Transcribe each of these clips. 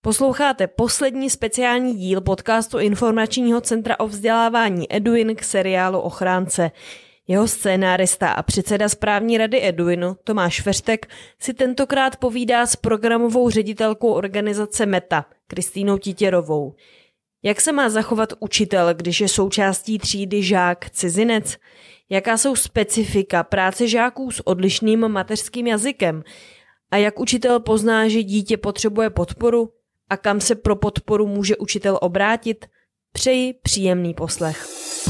Posloucháte poslední speciální díl podcastu Informačního centra o vzdělávání Eduin k seriálu Ochránce. Jeho scénárista a předseda správní rady Eduinu, Tomáš Feřtek, si tentokrát povídá s programovou ředitelkou organizace META, Kristýnou Titěrovou. Jak se má zachovat učitel, když je součástí třídy žák cizinec? Jaká jsou specifika práce žáků s odlišným mateřským jazykem? A jak učitel pozná, že dítě potřebuje podporu? A kam se pro podporu může učitel obrátit? Přeji příjemný poslech.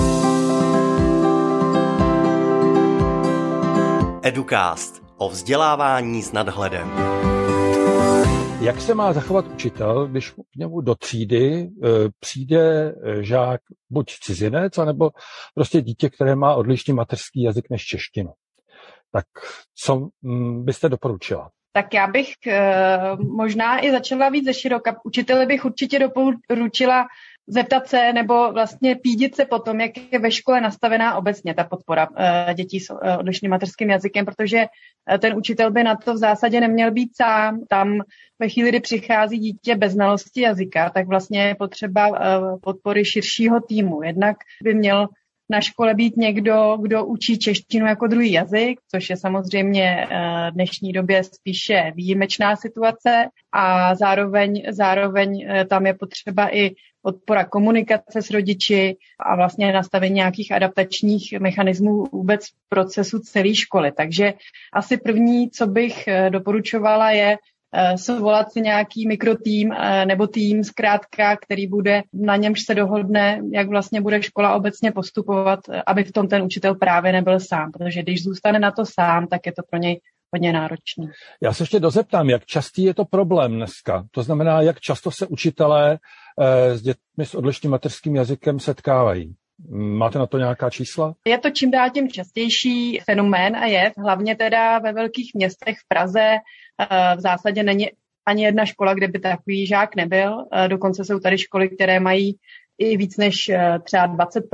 Educast o vzdělávání s nadhledem. Jak se má zachovat učitel, když k němu do třídy přijde žák buď cizinec, anebo prostě dítě, které má odlišný mateřský jazyk než češtinu? Tak co byste doporučila? Tak já bych možná i začala víc ze široka. Učiteli bych určitě doporučila zeptat se nebo vlastně pídit se potom, jak je ve škole nastavená obecně ta podpora dětí s odlišným mateřským jazykem, protože ten učitel by na to v zásadě neměl být sám. Tam ve chvíli, kdy přichází dítě bez znalosti jazyka, tak vlastně je potřeba podpory širšího týmu. Jednak by měl na škole být někdo, kdo učí češtinu jako druhý jazyk, což je samozřejmě v dnešní době spíše výjimečná situace a zároveň tam je potřeba i podpora komunikace s rodiči a vlastně nastavení nějakých adaptačních mechanismů vůbec procesu celé školy. Takže asi první, co bych doporučovala, je svolat si nějaký mikrotým nebo tým zkrátka, který bude, na němž se dohodne, jak vlastně bude škola obecně postupovat, aby v tom ten učitel právě nebyl sám, protože když zůstane na to sám, tak je to pro něj hodně náročný. Já se ještě dozeptám, jak častý je to problém dneska? To znamená, jak často se učitelé s dětmi s odlišným mateřským jazykem setkávají? Máte na to nějaká čísla? Je to čím dál tím častější fenomén a je hlavně teda ve velkých městech v Praze. V zásadě není ani jedna škola, kde by takový žák nebyl. Dokonce jsou tady školy, které mají i víc než třeba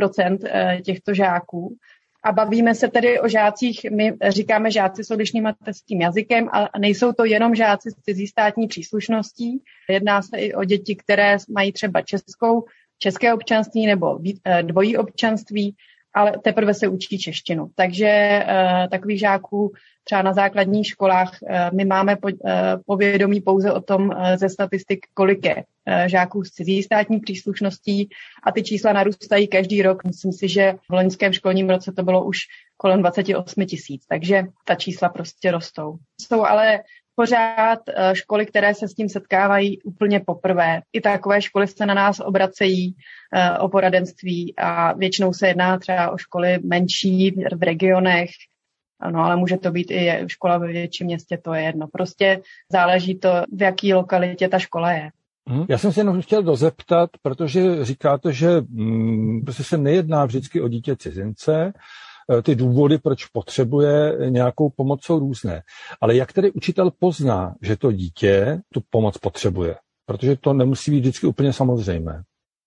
20% těchto žáků. A bavíme se tedy o žácích, my říkáme žáci s odlišným mateřským jazykem, a nejsou to jenom žáci s cizí státní příslušností. Jedná se i o děti, které mají třeba české občanství nebo dvojí občanství, ale teprve se učí češtinu. Takže takových žáků třeba na základních školách my máme povědomí pouze o tom ze statistik, kolik je žáků s cizí státní příslušností a ty čísla narůstají každý rok. Myslím si, že v loňském školním roce to bylo už kolem 28 000, takže ta čísla prostě rostou. Jsou ale pořád školy, které se s tím setkávají úplně poprvé. I takové školy se na nás obracejí o poradenství a většinou se jedná třeba o školy menší v regionech, no ale může to být i škola ve větším městě, to je jedno. Prostě záleží to, v jaký lokalitě ta škola je. Já jsem se jenom chtěl dozeptat, protože říkáte, že prostě se nejedná vždycky o dítě cizince, ty důvody, proč potřebuje nějakou pomoc, jsou různé. Ale jak tedy učitel pozná, že to dítě tu pomoc potřebuje? Protože to nemusí být vždycky úplně samozřejmé.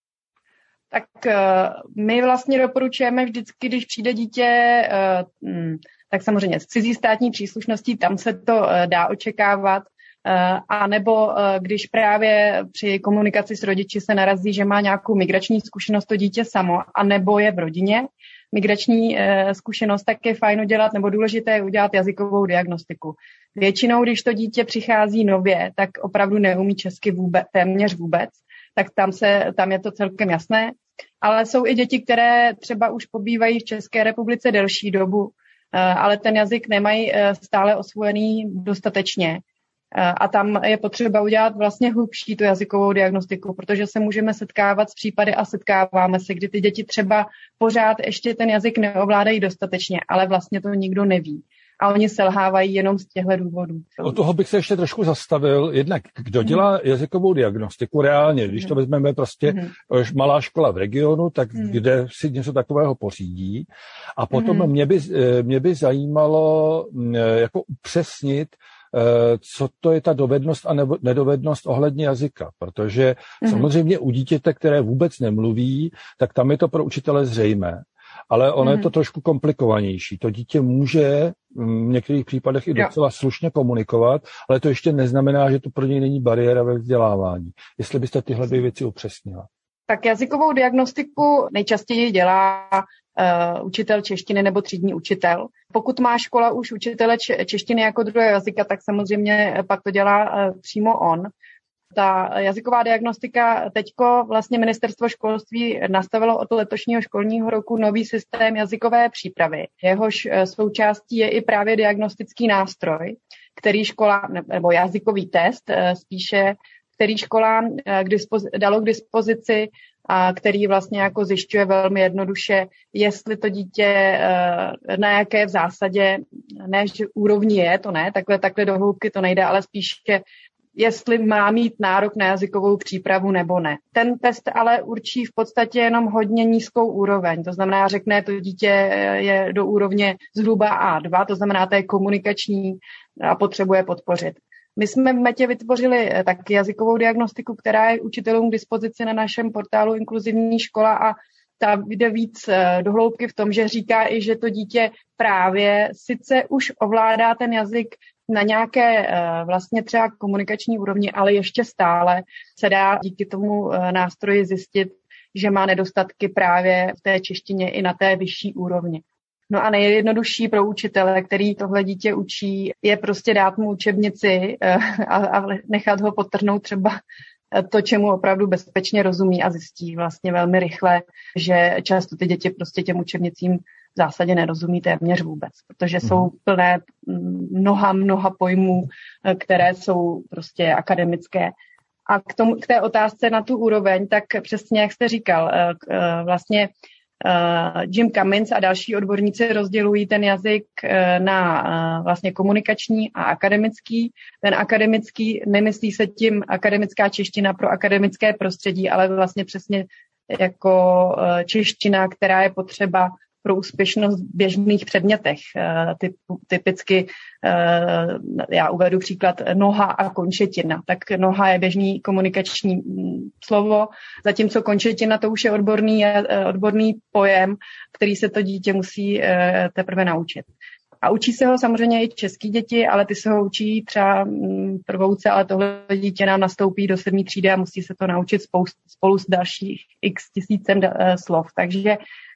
Tak my vlastně doporučujeme vždycky, když přijde dítě, tak samozřejmě z cizí státní příslušností, tam se to dá očekávat, a nebo když právě při komunikaci s rodiči se narazí, že má nějakou migrační zkušenost to dítě samo, a nebo je v rodině migrační zkušenost, tak je fajn udělat, nebo důležité je udělat jazykovou diagnostiku. Většinou, když to dítě přichází nově, tak opravdu neumí česky téměř vůbec, tak tam je to celkem jasné. Ale jsou i děti, které třeba už pobývají v České republice delší dobu, ale ten jazyk nemají stále osvojený dostatečně. A tam je potřeba udělat vlastně hlubší tu jazykovou diagnostiku, protože se můžeme setkávat s případy a setkáváme se, kdy ty děti třeba pořád ještě ten jazyk neovládají dostatečně, ale vlastně to nikdo neví. A oni selhávají jenom z těchto důvodů. O toho bych se ještě trošku zastavil. Jednak, kdo dělá jazykovou diagnostiku reálně, když to vezmeme prostě malá škola v regionu, tak kde si něco takového pořídí. A potom mě by zajímalo jako upřesnit, co to je ta dovednost a nedovednost ohledně jazyka, protože samozřejmě u dítěte, které vůbec nemluví, tak tam je to pro učitele zřejmé. ale ono je to trošku komplikovanější. To dítě může v některých případech i docela slušně komunikovat, ale to ještě neznamená, že to pro něj není bariéra ve vzdělávání. Jestli byste tyhle dvě věci upřesnila. Tak jazykovou diagnostiku nejčastěji dělá učitel češtiny nebo třídní učitel. Pokud má škola už učitele češtiny jako druhého jazyka, tak samozřejmě pak to dělá přímo on. Ta jazyková diagnostika teďko vlastně ministerstvo školství nastavilo od letošního školního roku nový systém jazykové přípravy. Jehož součástí je i právě diagnostický nástroj, který škola, nebo jazykový test spíše, který školám dalo k dispozici, a který vlastně jako zjišťuje velmi jednoduše, jestli to dítě na jaké v zásadě, ne že úrovni je, to ne, takhle do hloubky to nejde, ale spíše jestli má mít nárok na jazykovou přípravu nebo ne. Ten test ale určí v podstatě jenom hodně nízkou úroveň, to znamená, řekne, to dítě je do úrovně zhruba A2, to znamená, to je komunikační a potřebuje podpořit. My jsme v Metě vytvořili taky jazykovou diagnostiku, která je učitelům k dispozici na našem portálu Inkluzivní škola a ta jde víc do hloubky v tom, že říká i, že to dítě právě sice už ovládá ten jazyk na nějaké vlastně třeba komunikační úrovni, ale ještě stále se dá díky tomu nástroji zjistit, že má nedostatky právě v té češtině i na té vyšší úrovni. No a nejjednodušší pro učitele, který tohle dítě učí, je prostě dát mu učebnici a nechat ho podtrhnout třeba to, čemu opravdu bezpečně rozumí a zjistí vlastně velmi rychle, že často ty děti prostě těm učebnicím v zásadě nerozumí téměř vůbec, protože jsou plné mnoha pojmů, které jsou prostě akademické. A k té otázce na tu úroveň, tak přesně jak jste říkal, vlastně Jim Cummins a další odborníci rozdělují ten jazyk na vlastně komunikační a akademický. Ten akademický, nemyslí se tím akademická čeština pro akademické prostředí, ale vlastně přesně jako čeština, která je potřeba pro úspěšnost v běžných předmětech. Typicky, já uvedu příklad noha a končetina. Tak noha je běžný komunikační slovo, zatímco končetina to už je odborný pojem, který se to dítě musí teprve naučit. A učí se ho samozřejmě i český děti, ale ty se ho učí třeba prvouce, ale tohle dítě nám nastoupí do 7. třídy a musí se to naučit spolu s dalších x tisícem slov. Takže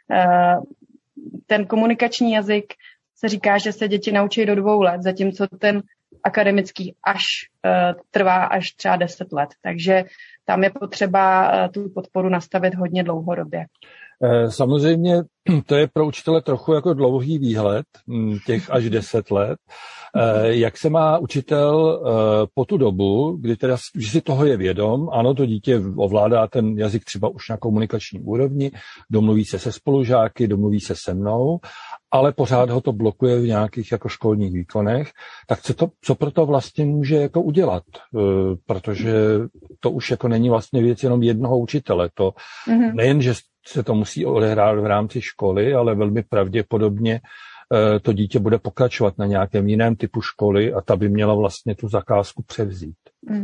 ten komunikační jazyk se říká, že se děti naučí do 2 let, zatímco ten akademický trvá až třeba 10 let. Takže tam je potřeba tu podporu nastavit hodně dlouhodobě. Samozřejmě to je pro učitele trochu jako dlouhý výhled, těch až 10 let. Jak se má učitel po tu dobu, kdy teda, že si toho je vědom, ano, to dítě ovládá ten jazyk třeba už na komunikační úrovni, domluví se spolužáky, domluví se se mnou, ale pořád ho to blokuje v nějakých jako školních výkonech, tak co pro to vlastně může jako udělat? Protože to už jako není vlastně věc jenom jednoho učitele. To nejen, že se to musí odehrát v rámci školy, ale velmi pravděpodobně to dítě bude pokračovat na nějakém jiném typu školy a ta by měla vlastně tu zakázku převzít.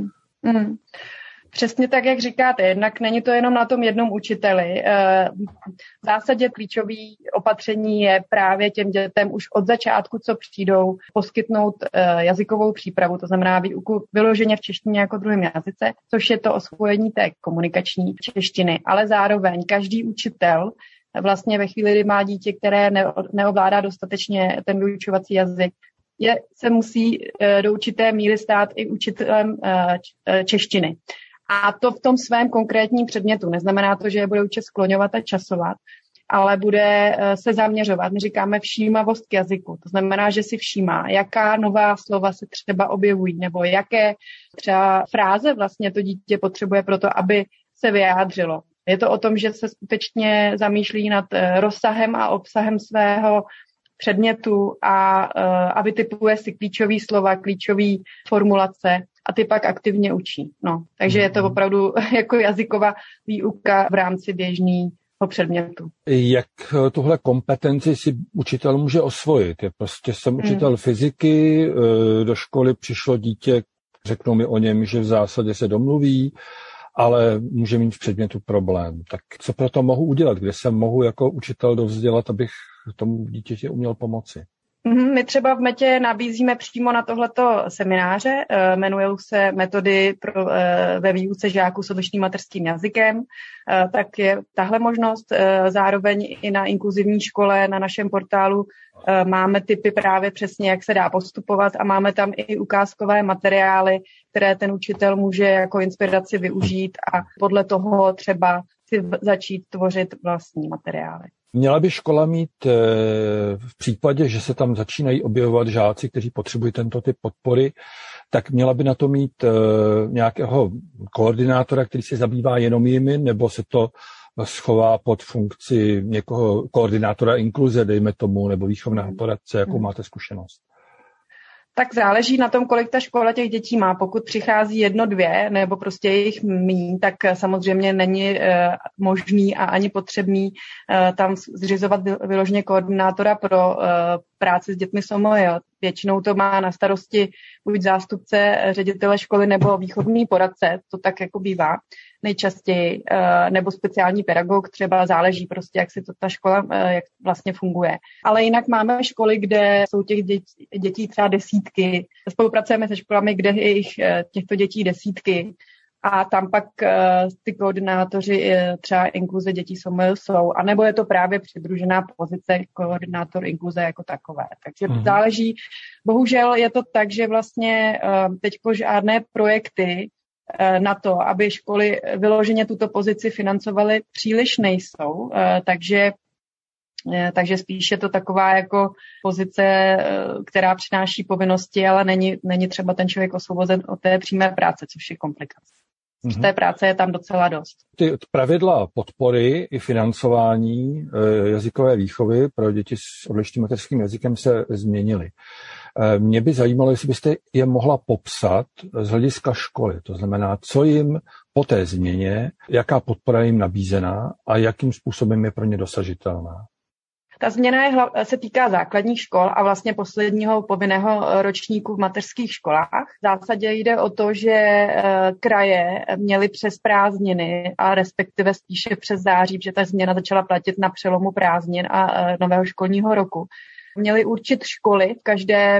Přesně tak, jak říkáte, jednak není to jenom na tom jednom učiteli. V zásadě klíčový opatření je právě těm dětem už od začátku, co přijdou, poskytnout jazykovou přípravu, to znamená výuku vyloženě v češtině jako druhém jazyce, což je to osvojení té komunikační češtiny. Ale zároveň každý učitel vlastně ve chvíli, kdy má dítě, které neovládá dostatečně ten vyučovací jazyk, se musí do určité míry stát i učitelem češtiny. A to v tom svém konkrétním předmětu. Neznamená to, že je bude učit skloňovat a časovat, ale bude se zaměřovat. My říkáme všímavost k jazyku. To znamená, že si všímá, jaká nová slova se třeba objevují, nebo jaké třeba fráze vlastně to dítě potřebuje pro to, aby se vyjádřilo. Je to o tom, že se skutečně zamýšlí nad rozsahem a obsahem svého předmětu a vytipuje si klíčový slova, klíčový formulace a ty pak aktivně učí. No, takže je to opravdu jako jazyková výuka v rámci běžného předmětu. Jak tuhle kompetenci si učitel může osvojit? Je prostě jsem učitel fyziky, do školy přišlo dítě, řeknou mi o něm, že v zásadě se domluví ale může mít v předmětu problém. Tak co pro to mohu udělat? Kde se mohu jako učitel dovzdělat, abych tomu dítěti uměl pomoci? My třeba v Metě nabízíme přímo na tohleto semináře, jmenují se metody ve výuce žáků s odlišným mateřským jazykem, tak je tahle možnost. Zároveň i na inkluzivní škole na našem portálu máme tipy právě přesně, jak se dá postupovat a máme tam i ukázkové materiály, které ten učitel může jako inspiraci využít a podle toho třeba si začít tvořit vlastní materiály. Měla by škola mít v případě, že se tam začínají objevovat žáci, kteří potřebují tento typ podpory, tak měla by na to mít nějakého koordinátora, který se zabývá jenom jimi, nebo se to schová pod funkci někoho koordinátora inkluze, dejme tomu, nebo výchovného poradce, jakou máte zkušenost? Tak záleží na tom, kolik ta škola těch dětí má. Pokud přichází 1, 2 nebo prostě jich míň, tak samozřejmě není možný a ani potřebný tam zřizovat vyloženě koordinátora pro práci s dětmi SOMO. Většinou to má na starosti buď zástupce ředitele školy nebo výchovný poradce, to tak jako bývá nejčastěji, nebo speciální pedagog, třeba záleží prostě, jak si to ta škola, jak vlastně funguje. Ale jinak máme školy, kde jsou těch dětí třeba desítky. Spolupracujeme se školami, kde je jich těchto dětí desítky. A tam pak ty koordinátoři třeba inkluze dětí jsou, anebo je to právě přidružená pozice koordinátor inkluze jako takové. Takže záleží. Bohužel je to tak, že vlastně teďko žádné projekty na to, aby školy vyloženě tuto pozici financovaly, příliš nejsou, takže spíše to taková jako pozice, která přináší povinnosti, ale není třeba ten člověk osvobozen od té přímé práce, což je komplikace. Z té práce je tam docela dost. Ty pravidla podpory i financování jazykové výchovy pro děti s odlišným mateřským jazykem se změnily. Mě by zajímalo, jestli byste je mohla popsat z hlediska školy. To znamená, co jim po té změně, jaká podpora je jim nabízená a jakým způsobem je pro ně dosažitelná. Ta změna se týká základních škol a vlastně posledního povinného ročníku v mateřských školách. V zásadě jde o to, že kraje měly přes prázdniny a respektive spíše přes září, protože ta změna začala platit na přelomu prázdnin a nového školního roku. Měli určit školy v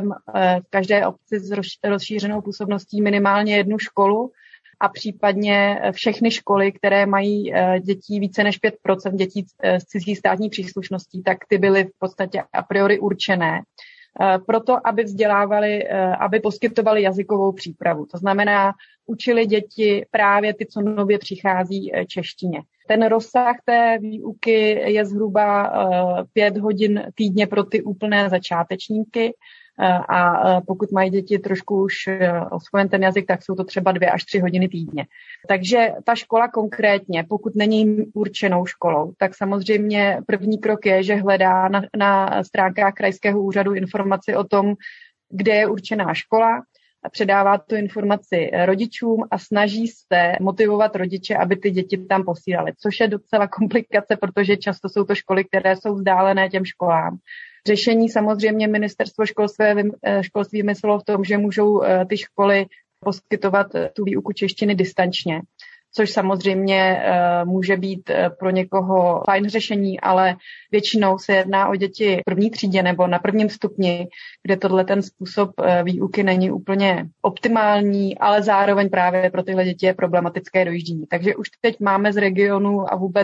každé obci s rozšířenou působností minimálně 1 školu a případně všechny školy, které mají dětí více než 5% dětí z cizí státní příslušností, tak ty byly v podstatě a priori určené proto, aby vzdělávali, aby poskytovali jazykovou přípravu. To znamená, učili děti právě ty, co nově přichází češtině. Ten rozsah té výuky je zhruba 5 hodin týdně pro ty úplné začátečníky a pokud mají děti trošku už osvojen ten jazyk, tak jsou to třeba 2 až 3 hodiny týdně. Takže ta škola konkrétně, pokud není určenou školou, tak samozřejmě první krok je, že hledá na stránkách krajského úřadu informaci o tom, kde je určená škola, předává tu informaci rodičům a snaží se motivovat rodiče, aby ty děti tam posílali, což je docela komplikace, protože často jsou to školy, které jsou vzdálené těm školám. Řešení samozřejmě ministerstvo školství vymyslelo v tom, že můžou ty školy poskytovat tu výuku češtiny distančně, což samozřejmě může být pro někoho fajn řešení, ale většinou se jedná o děti v první třídě nebo na prvním stupni, kde tohle ten způsob výuky není úplně optimální, ale zároveň právě pro tyhle děti je problematické dojíždění. Takže už teď máme z regionu a vůbec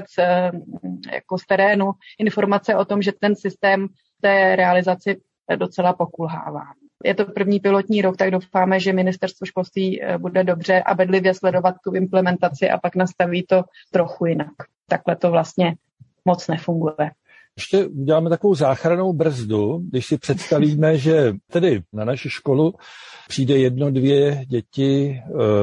jako z terénu informace o tom, že ten systém té realizaci docela pokulhává. Je to první pilotní rok, tak doufáme, že ministerstvo školství bude dobře a bedlivě sledovat tu implementaci a pak nastaví to trochu jinak. Takhle to vlastně moc nefunguje. Ještě uděláme takovou záchrannou brzdu, když si představíme, že tedy na naši školu přijde 1, 2 děti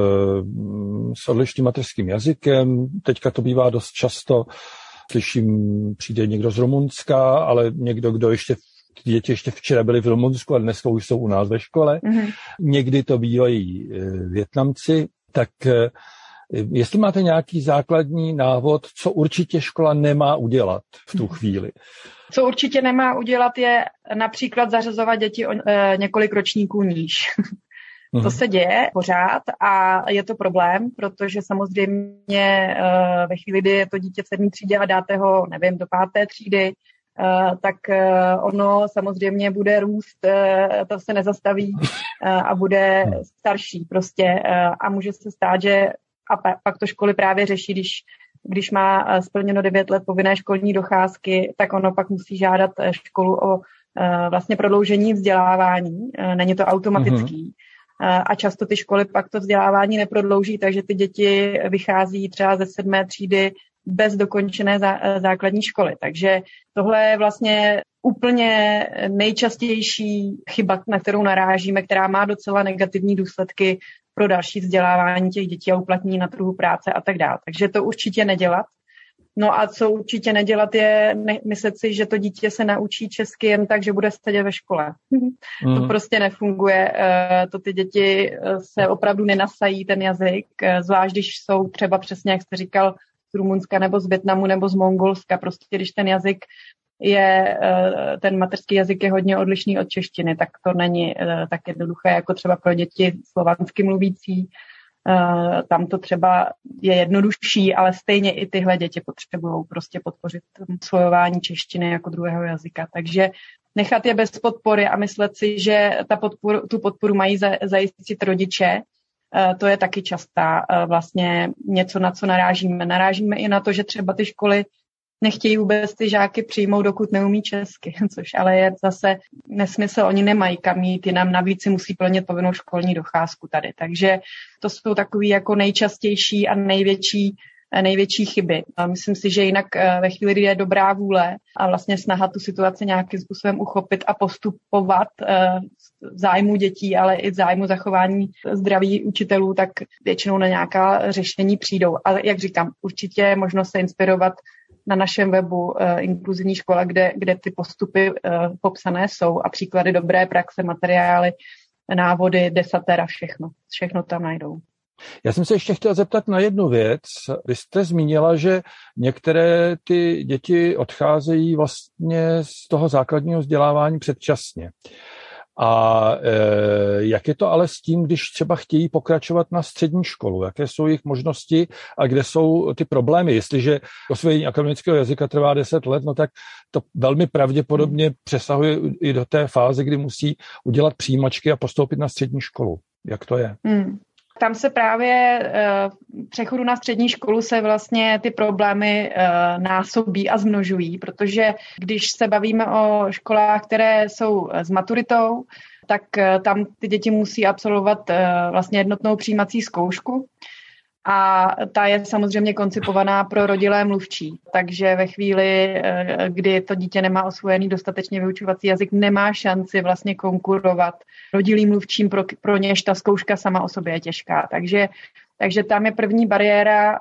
s odlišným mateřským jazykem. Teďka to bývá dost často, slyším, přijde někdo z Rumunska, ale někdo, kdo ještě děti ještě včera byly v Rumunsku a dnes už jsou u nás ve škole. Někdy to bývají Vietnamci. Tak jestli máte nějaký základní návod, co určitě škola nemá udělat v tu chvíli? Co určitě nemá udělat, je například zařazovat děti o několik ročníků níž. To se děje pořád a je to problém, protože samozřejmě ve chvíli, kdy je to dítě v 7. třídě a dáte ho, nevím, do 5. třídy, tak ono samozřejmě bude růst, to se nezastaví a bude starší prostě a může se stát, že a pak to školy právě řeší, když má splněno 9 let povinné školní docházky, tak ono pak musí žádat školu o vlastně prodloužení vzdělávání. Není to automatický. A často ty školy pak to vzdělávání neprodlouží, takže ty děti vychází třeba ze 7. třídy bez dokončené základní školy. Takže tohle je vlastně úplně nejčastější chyba, na kterou narážíme, která má docela negativní důsledky pro další vzdělávání těch dětí a uplatnění na trhu práce a tak dále. Takže to určitě nedělat. No a co určitě nedělat je myslet si, že to dítě se naučí česky jen tak, že bude sedět ve škole. To prostě nefunguje. To ty děti se opravdu nenasají ten jazyk, zvlášť když jsou třeba přesně, jak jste říkal, z Rumunska nebo z Vietnamu nebo z Mongolska. Prostě když ten jazyk ten mateřský jazyk je hodně odlišný od češtiny, tak to není tak jednoduché jako třeba pro děti slovansky mluvící. Tam to třeba je jednodušší, ale stejně i tyhle děti potřebují prostě podpořit osvojování češtiny jako druhého jazyka. Takže nechat je bez podpory a myslet si, že tu podporu mají zajistit rodiče, to je taky častá vlastně něco, na co narážíme. Narážíme i na to, že třeba ty školy nechtějí vůbec ty žáky přijmout, dokud neumí česky, což ale je zase nesmysl, oni nemají kam jít, jinam navíc si musí plnit povinnou školní docházku tady. Takže to jsou takový jako nejčastější a největší chyby. A myslím si, že jinak ve chvíli, kdy je dobrá vůle a vlastně snaha tu situaci nějakým způsobem uchopit a postupovat v zájmu dětí, ale i v zájmu zachování zdraví učitelů, tak většinou na nějaká řešení přijdou. Ale jak říkám, určitě je možno se inspirovat na našem webu Inkluzivní škola, kde ty postupy popsané jsou a příklady dobré praxe, materiály, návody, desatera, všechno tam najdou. Já jsem se ještě chtěl zeptat na jednu věc. Vy jste zmínila, že některé ty děti odcházejí vlastně z toho základního vzdělávání předčasně. A jak je to ale s tím, když třeba chtějí pokračovat na střední školu? Jaké jsou jejich možnosti a kde jsou ty problémy? Jestliže osvojení akademického jazyka trvá 10 let, no tak to velmi pravděpodobně přesahuje i do té fáze, kdy musí udělat přijímačky a postoupit na střední školu. Jak to je? Tam se právě v přechodu na střední školu se vlastně ty problémy násobí a zmnožují, protože když se bavíme o školách, které jsou s maturitou, tak tam ty děti musí absolvovat vlastně jednotnou přijímací zkoušku. A ta je samozřejmě koncipovaná pro rodilé mluvčí. Takže ve chvíli, kdy to dítě nemá osvojený dostatečně vyučovací jazyk, nemá šanci vlastně konkurovat rodilým mluvčím, pro něž ta zkouška sama o sobě je těžká. Takže tam je první bariéra.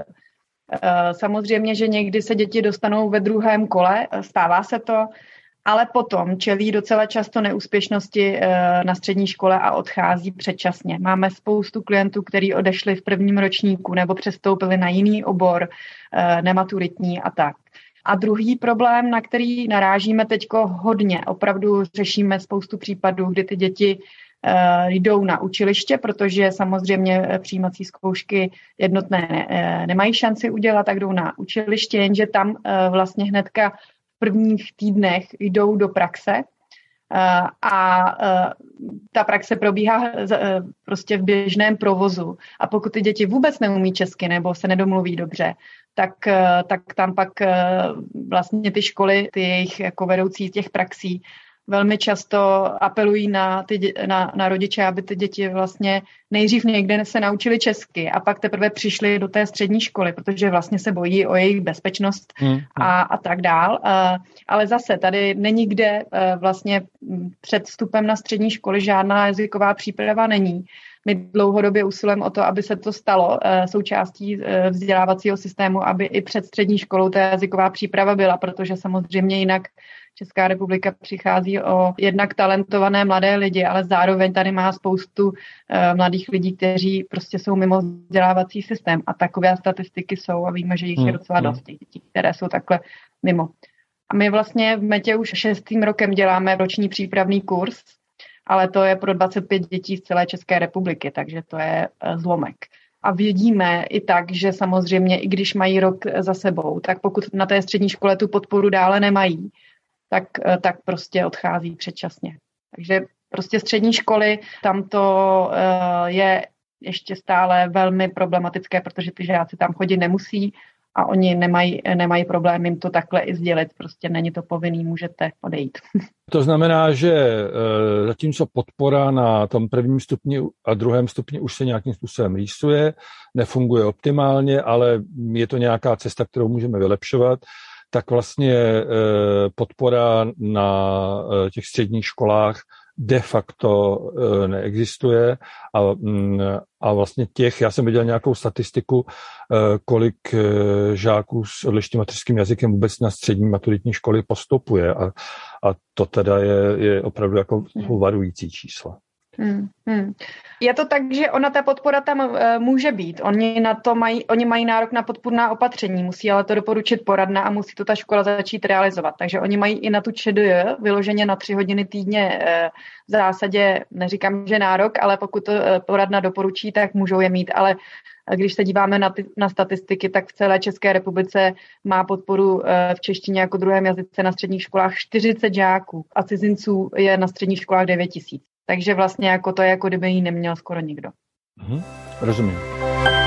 Samozřejmě, že někdy se děti dostanou ve druhém kole, stává se to, ale potom čelí docela často neúspěšnosti na střední škole a odchází předčasně. Máme spoustu klientů, kteří odešli v prvním ročníku nebo přestoupili na jiný obor, nematuritní a tak. A druhý problém, na který narážíme teďko hodně, opravdu řešíme spoustu případů, kdy ty děti jdou na učiliště, protože samozřejmě přijímací zkoušky jednotné nemají šanci udělat, tak jdou na učiliště, jenže tam vlastně hnedka v prvních týdnech jdou do praxe a ta praxe probíhá prostě v běžném provozu. A pokud ty děti vůbec neumí česky nebo se nedomluví dobře, tak tam pak vlastně ty školy, ty jejich jako vedoucí těch praxí velmi často apelují na rodiče, aby ty děti vlastně nejdřív někde se naučili česky a pak teprve přišli do té střední školy, protože vlastně se bojí o jejich bezpečnost a tak dál. Ale zase tady není kde vlastně před vstupem na střední školy žádná jazyková příprava není. My dlouhodobě usilujeme o to, aby se to stalo součástí vzdělávacího systému, aby i před střední školou ta jazyková příprava byla, protože samozřejmě jinak Česká republika přichází o jednak talentované mladé lidi, ale zároveň tady má spoustu mladých lidí, kteří prostě jsou mimo vzdělávací systém. A takové statistiky jsou a víme, že jich je docela dost, dětí, které jsou takhle mimo. A my vlastně v Metě už 6. rokem děláme roční přípravný kurz ale to je pro 25 dětí z celé České republiky, takže to je zlomek. A vědíme i tak, že samozřejmě, i když mají rok za sebou, tak pokud na té střední škole tu podporu dále nemají, tak prostě odchází předčasně. Takže prostě střední školy, tam to je ještě stále velmi problematické, protože ty žáci tam chodit nemusí a oni nemají problém jim to takhle i sdělit. Prostě není to povinný, můžete odejít. To znamená, že zatímco podpora na tom prvním stupni a druhém stupni už se nějakým způsobem rýsuje, nefunguje optimálně, ale je to nějaká cesta, kterou můžeme vylepšovat, tak vlastně podpora na těch středních školách de facto neexistuje a vlastně já jsem viděl nějakou statistiku, kolik žáků s odlišným mateřským jazykem vůbec na střední maturitní školy postupuje a to teda je opravdu jako varující čísla. Je to tak, že ta podpora tam může být. Oni mají nárok na podpůrná opatření, musí ale to doporučit poradna a musí to ta škola začít realizovat. Takže oni mají i na tu ČDJ vyloženě na 3 hodiny týdně v zásadě, neříkám, že nárok, ale pokud to poradna doporučí, tak můžou je mít. Ale když se díváme na statistiky, tak v celé České republice má podporu v češtině jako druhém jazyce na středních školách 40 žáků a cizinců je na středních školách 9 000. Takže vlastně jako to je, jako kdyby ji neměl skoro nikdo. Rozumím.